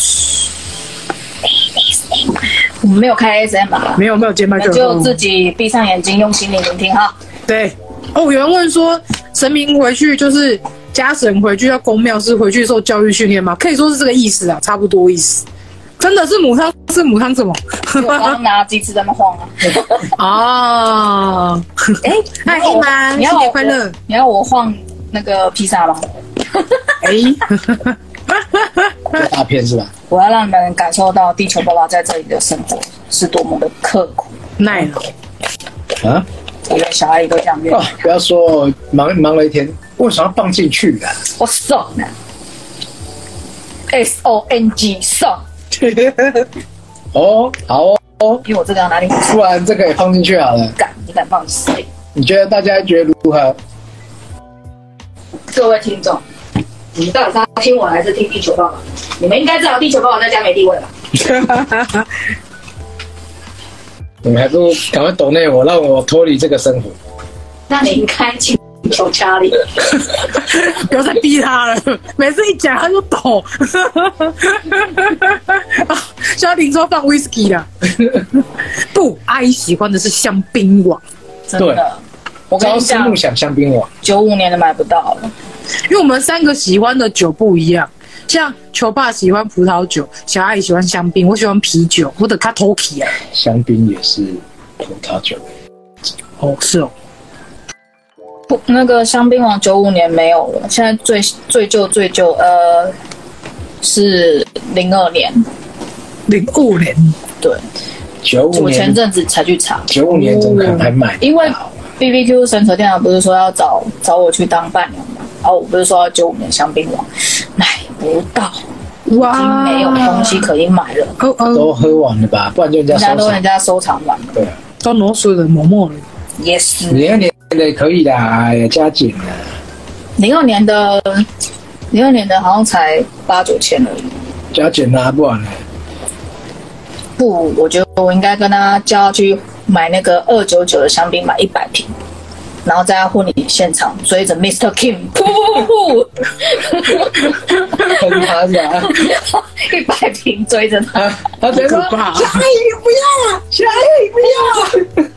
我们没有开 A S M R， 没有没有接麦克风， 就自己闭上眼睛用心灵聆听哈。 对，哦，有人问说，神明回去就是家神回去要公庙是回去受教育训练吗？可以说是这个意思啊，差不多意思。真的是母汤是母汤什么？ 我刚刚拿鸡翅在那晃啊。哦，哎，嗨黑妈，新年快乐！ 你要我晃那个披萨吗？ 哎。 这大片是吧？ 我要让你们感受到地球爸爸在这里的生活是多么的刻苦耐劳啊！ 我的小孩都这样面、哦、 不要说忙忙了一天，为什么要放进去啊？ 我送了 S O N G 送哦，好哦， 因为我这个要拿你， 不然这个也放进去好了。 敢你敢放谁？ 你觉得大家觉得如何？ 各位听众。你们到底是要听我还是听地球爸爸？你们应该知道地球爸爸在家没地位吧？ 你们还不如赶快抖内我，让我脱离这个生活。 那你应该请求家里， 不要再逼他了。每次一讲他就抖。萧婷说放 whisky 啦，不，阿姨喜欢的是香槟王。 真的，我跟你讲， 朝思暮想香槟王， 九五年的买不到了。 因为我们三个喜欢的酒不一样，像球爸喜欢葡萄酒，小阿姨喜欢香槟，我喜欢啤酒或者卡托基啊。 香槟也是葡萄酒。 哦，是哦。 不，那个香槟王九五年没有了，现在最最旧最旧呃是零二年。 零五年， 对， 九五我前年， 阵子才去查， 九五年怎么可能还买？ 因为 B B Q 神蛇店长不是说要找找我去当伴娘嘛，然后我不是说要九五年香槟王，买不到，已经没有东西可以买了， 哦哦， 都喝完了吧？不然就人家收藏人家都人。家收藏完了， 对啊， 都挪水了，默默了。 也是。 零二年的可以啦，也加减了。 零二年的，零二年的好像才八九千而已。 加减啦，不然呢？ 不，我觉得我应该跟他叫他去买那个二九九的香槟，买一百瓶，然后在他婚礼现场追着 Mister Kim， 噗噗噗跟他是啊， 噗，一百瓶追着他。 他直接说：“ 可怕小阿姨不要，小阿姨不要。”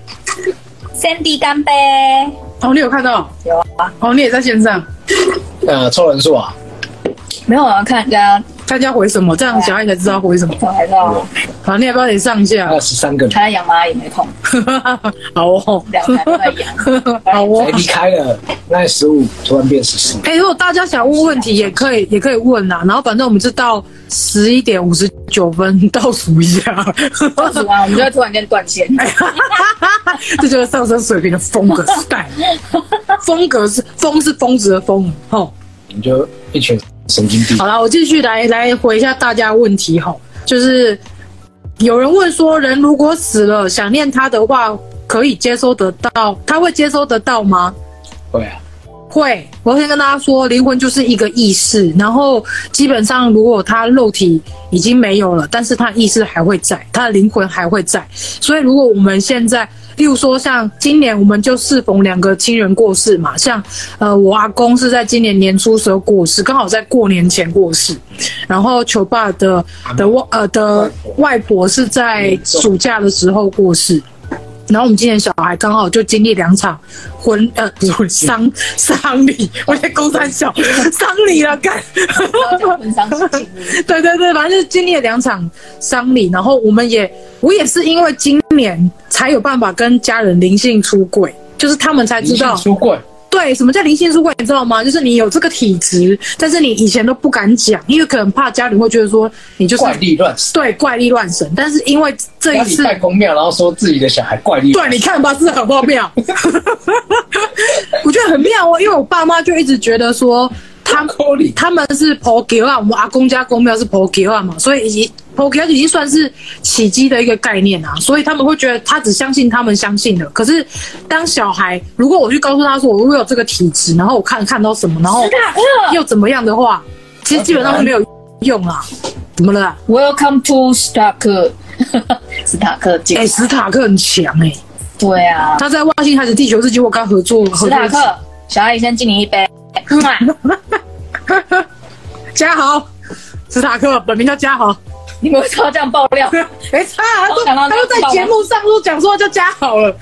Sandy 干杯！ 哦，你有看到？ 有啊， 哦，你也在线上， 呃，凑人数啊， 没有啊，看人家看人家回什么，这样小孩才知道回什么。 我还到好，你要不要得上一下二？十三个人， 他在养蚂蚁没空， 好哦， 两台都在养。 好哦才。离开了，那十五突然变十四。 哎、如果大家想问问题，也可以，也可以问呐。然后反正我们就到十一点五十九分倒数一下， 倒数完，我们就会突然间断线。 这就是上升水平的风格时代。风格是风是疯子的风，吼。 你就一群神经病好。了，我继续来来回一下大家的问题哈，就是有人问说，人如果死了，想念他的话，可以接收得到？他会接收得到吗？ 会啊， 会。我先跟大家说，灵魂就是一个意识，然后基本上如果他肉体已经没有了，但是他意识还会在，他的灵魂还会在。所以如果我们现在，例如说像今年我们就适逢两个亲人过世嘛，像呃我阿公是在今年年初时候过世，刚好在过年前过世，然后球爸的的外呃的外婆是在暑假的时候过世。然后我们今年小孩刚好就经历两场婚呃不是婚丧丧礼，我在公山小丧礼了，干， 婚丧喜庆日， 对对对，反正就是经历了两场丧礼，然后我们也我也是因为今年才有办法跟家人灵性出柜，就是他们才知道灵性出柜， 对，什么叫灵性出柜，你知道吗？就是你有这个体质，但是你以前都不敢讲，因为可能怕家人会觉得说你就是怪力乱神。 对怪力乱神，但是因为这一家里次拜公庙，然后说自己的小孩怪力对， 乱神。 你看吧，是很荒谬。我觉得很妙哦，因为我爸妈就一直觉得说，他他们是婆给啊，我们阿公家公庙是婆给啊嘛，所以已经婆给已经算是起基的一个概念啊，所以他们会觉得他只相信他们相信的。可是当小孩，如果我去告诉他说我有这个体质，然后我看看到什么，然后又怎么样的话，其实基本上是没有用啊。怎么了？ Welcome to 史塔克，史塔克进。 哎、史塔克很强哎、 对啊， 他在《外星孩子地球日记》我跟他合作合作一次。 史塔克，小阿姨先敬你一杯。嗯啊嘉豪，史塔克本名叫嘉豪。 你们为什么要这样爆料？ 没差、啊，都我想到他都在节目上都讲说叫嘉豪了。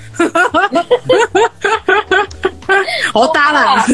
好搭啦！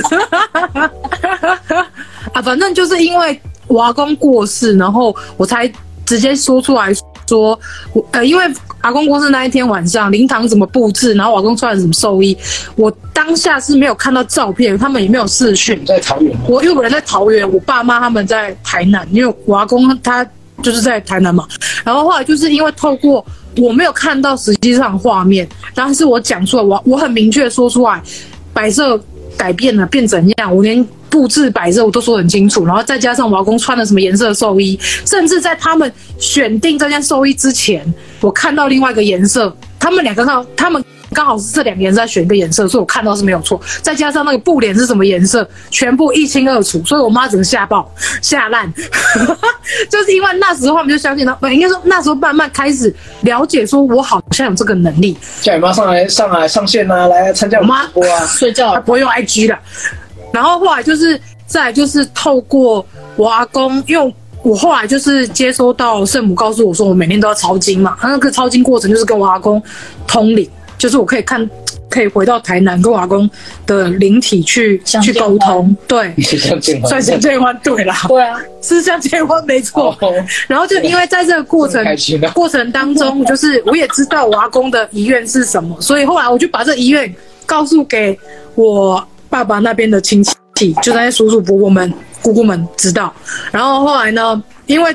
啊，反正就是因为我阿公过世，然后我才直接说出来说，我呃，因为阿公过世那一天晚上，灵堂怎么布置，然后我阿公穿了什么寿衣，我当下是没有看到照片，他们也没有视讯。 在桃园， 我因为我人在桃园，我爸妈他们在台南，因为我阿公他就是在台南嘛。然后后来就是因为透过我没有看到实际上的画面，但是我讲出来，我我很明确说出来，摆设改变了，变怎样，我连布置摆设我都说很清楚。然后再加上我阿公穿了什么颜色的寿衣，甚至在他们选定这件寿衣之前，我看到另外一个颜色，他们两个刚好他们。刚好是这两个颜色在选一个颜色，所以我看到是没有错。再加上那个布帘是什么颜色，全部一清二楚，所以我妈整个吓爆、吓烂。就是因为那时候他们就相信他，应该说那时候慢慢开始了解，说我好像有这个能力。 叫你妈上来上来上线啊，来参加我们直播啊， 睡觉她不会用 I G 的。然后后来就是再来就是透过我阿公，因为我后来就是接收到圣母告诉我说，我每天都要抄经嘛。那个抄经过程就是跟我阿公通灵。就是我可以看，可以回到台南跟我阿公的灵体去去沟通，对， 相见欢， 算相见欢，对啦， 对啊， 是相见欢没错。 哦、 然后就因为在这个过程、 啊、 过程当中，就是我也知道我阿公的遗愿是什么，所以后来我就把这遗愿告诉给我爸爸那边的亲戚，就那些叔叔伯伯们、姑姑们知道。然后后来呢，因为在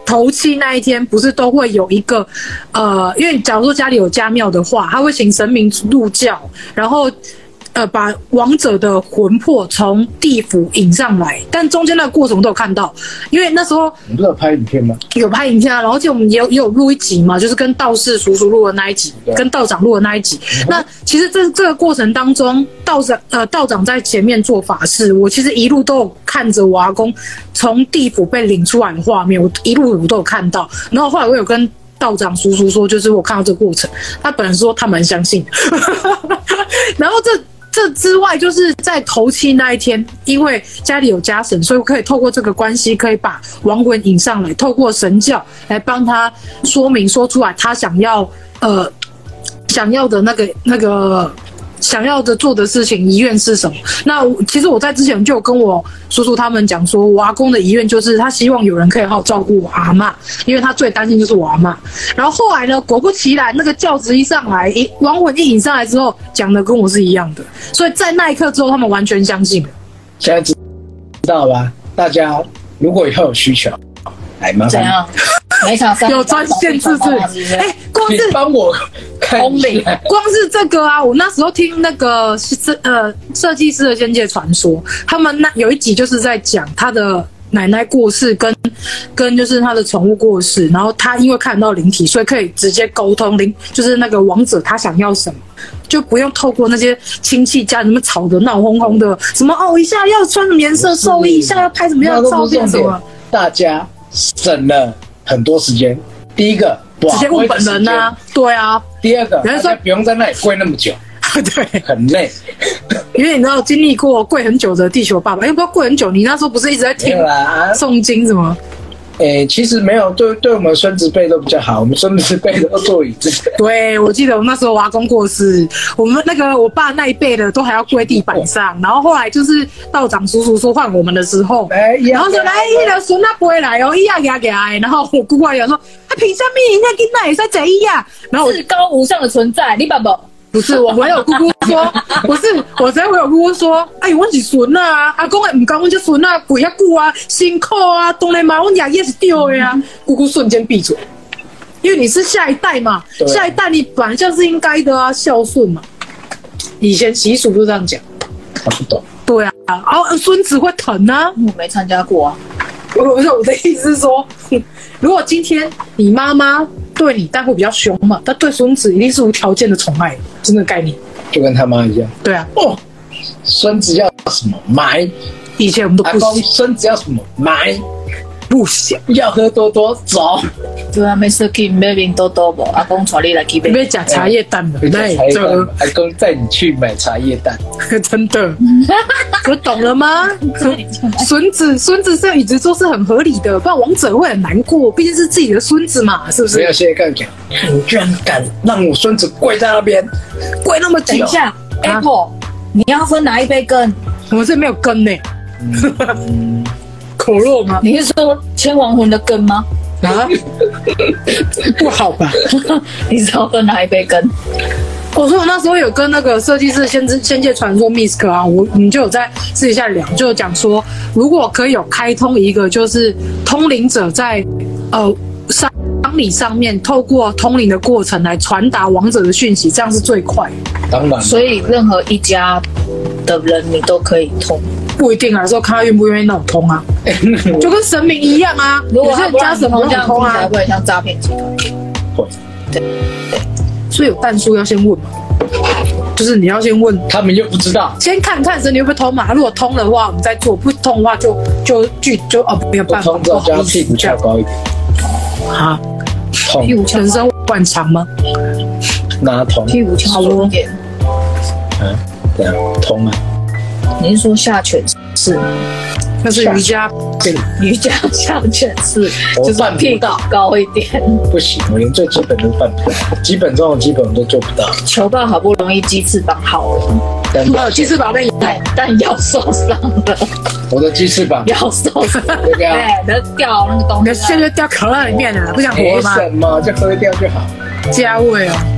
头七那一天不是都会有一个，呃，因为假如说家里有家庙的话，他会请神明入教，然后呃把亡者的魂魄从地府引上来，但中间那个过程我都有看到，因为那时候你不是有拍影片吗？ 有拍影片啊，然后就我们也有也有录一集嘛，就是跟道士叔叔录的那一集，跟道长录的那一集。嗯、那其实这这个过程当中，道长呃道长在前面做法事，我其实一路都有看着我阿公从地府被领出来的画面，我一路我都有看到。然后后来我有跟道长叔叔说，就是我看到这个过程，他本人说他蛮相信的。然后这。这之外，就是在头七那一天，因为家里有家神，所以我可以透过这个关系，可以把亡魂引上来，透过神教来帮他说明说出来他想要呃想要的那个那个想要的做的事情遗愿是什么。那其实我在之前就有跟我叔叔他们讲说，我阿公的遗愿就是他希望有人可以好好照顾我阿嬷，因为他最担心就是我阿嬷。然后后来呢，果不其然，那个教职一上来，一亡魂一引上来之后，讲的跟我是一样的，所以在那一刻之后，他们完全相信了。 现在知道吧？大家如果以后有需求，来麻烦。 怎样？每场三有专线是不是？哎，光是帮我看一下， 光是这个啊，我那时候听那个设呃设计师的仙界传说，他们那有一集就是在讲他的奶奶过世跟跟就是他的宠物过世，然后他因为看到灵体，所以可以直接沟通灵，就是那个亡者他想要什么，就不用透过那些亲戚家人们吵得闹哄哄的，什么哦一下要穿什么颜色寿衣，一下要拍什么样的照片什么， 大家省了很多时间。第一个直接问本人啊，对啊。 第二个，大家不用在那里跪那么久， 对， 很累。 因为你知道经历过跪很久的地球爸爸，因为不知道跪很久，你那时候不是一直在听诵经什么？ 诶，其实没有，对对我们孙子辈都比较好，我们孙子辈都坐椅子。 对，我记得我那时候我阿公过世，我们那个我爸那一辈的都还要跪地板上，然后后来就是道长叔叔说换我们的时候，然后说来那个孙子不会来哦，咿呀呀呀，然后我姑姑讲说，啊凭什么人家囡仔也在这咿呀？然后至高无上的存在，你爸爸。 不是，我回我姑姑说，不是，我直接回我姑姑说，哎，我是孙啊，阿公也唔讲我这孙啊，跪遐久啊，辛苦啊，当然嘛，我爷爷是对的呀。姑姑瞬间闭嘴，因为你是下一代嘛，下一代你本来就是应该的啊，孝顺嘛。以前习俗就这样讲。 他不懂。 对啊，然后孙子会疼啊。 我没参加过啊。 我我的意思是说，如果今天你妈妈对你但会比较凶嘛，但对孙子一定是无条件的宠爱，真的概念， 就跟他妈一样。 对啊， 哦，孙子要什么买？ 以前我们都不行。 孙子要什么买？ 不行， 要喝多多走。 对啊，没事去买冰多多不？阿公带你来去买。 你要吃茶叶蛋了， 对，阿公带你去买茶叶蛋， 真的，我懂了吗？孙子，孙子是一直都是很合理的，不然王者会很难过，毕竟是自己的孙子嘛，是不是？ 没有，现在敢讲，你居然敢让我孙子跪在那边， 跪那么久？ 等一下 ，Apple，、啊、你要分哪一杯羹？ 我们这没有羹呢、欸。嗯口肉吗？ 你是说牵亡魂的羹吗？ 啊，不好吧？ 你知道分哪一杯羹？ 我说我那时候有跟那个设计师仙仙界传说 Misk 啊，我你就有在私底下聊，就讲说，如果可以有开通一个，就是通灵者在呃丧礼上面透过通灵的过程来传达亡者的讯息，这样是最快的。 当然， 所以任何一家的人你都可以通。 不一定啊，有时候看他愿不愿意那种通啊，就跟神明一样啊。 如果他不加神明这样通啊， 才会像诈骗集团。 会， 对对， 所以有但书要先问嘛，就是你要先问， 他们又不知道， 先看看神明会不会通嘛。如果通的话，我们再做；不通的话就，就就就哦没有办法。 通之后就要屁股翘高一点。 啊， 通屁股人生惯长吗？ 哪通？ 屁股翘高一点。 啊，对啊，通啊。 你是说下犬式吗？ 那是瑜伽， 对，瑜伽下犬式，就是屁股高一点。 不行，我连最基本都办不到，基本中的基本我都做不到。 求到好不容易鸡翅膀好了， 没有鸡翅膀被但但腰受伤了。 我的鸡翅膀腰受伤， 对不对？ 对，掉那个东西， 现在掉可乐里面了，不想活了吗？ 没什么，就喝掉就好。 加味哦。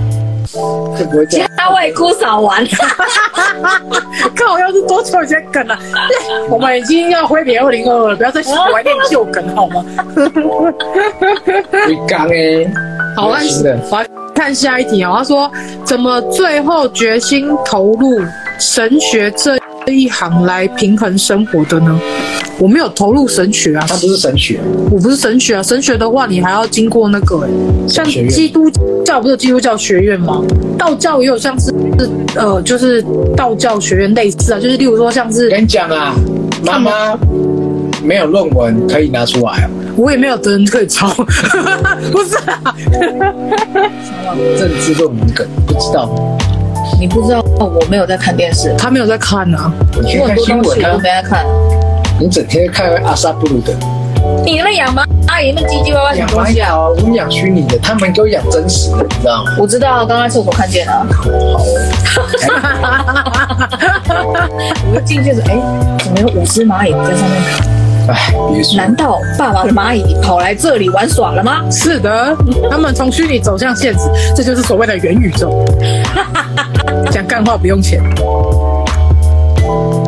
就不会这样。 他会哭扫完， 靠，要是多久以前梗了、啊？我们已经要挥别二零二二了，不要再怀念旧梗好吗？ 你刚哎， 好，我来看下一题啊。他说，怎么最后决心投入神学这一行来平衡生活的呢？我没有投入神学啊， 他不是神学， 我不是神学啊。神学的话，你还要经过那个、欸，像基督教不是有基督教学院吗？道教也有像是呃，就是道教学院类似啊，就是例如说像是。 跟你讲啊，妈妈没有论文可以拿出来啊。 我也没有人可以抄，不是啊。 政治论文梗不知道吗？ 你不知道我没有在看电视， 他没有在看啊。 你可以看新闻啊， 我没在看。 你整天看阿萨布鲁的。 你们养蚂蚁，那唧唧歪歪什么东西啊？ 我们养虚拟的，他们给我养真实的，你知道吗？ 我知道啊，刚刚厕所看见了。好哦。我就进去说，哎，怎么有五只蚂蚁在上面跑？ 哎，别说。 难道爸爸的蚂蚁跑来这里玩耍了吗？ 是的，他们从虚拟走向现实，这就是所谓的元宇宙。讲干话不用钱。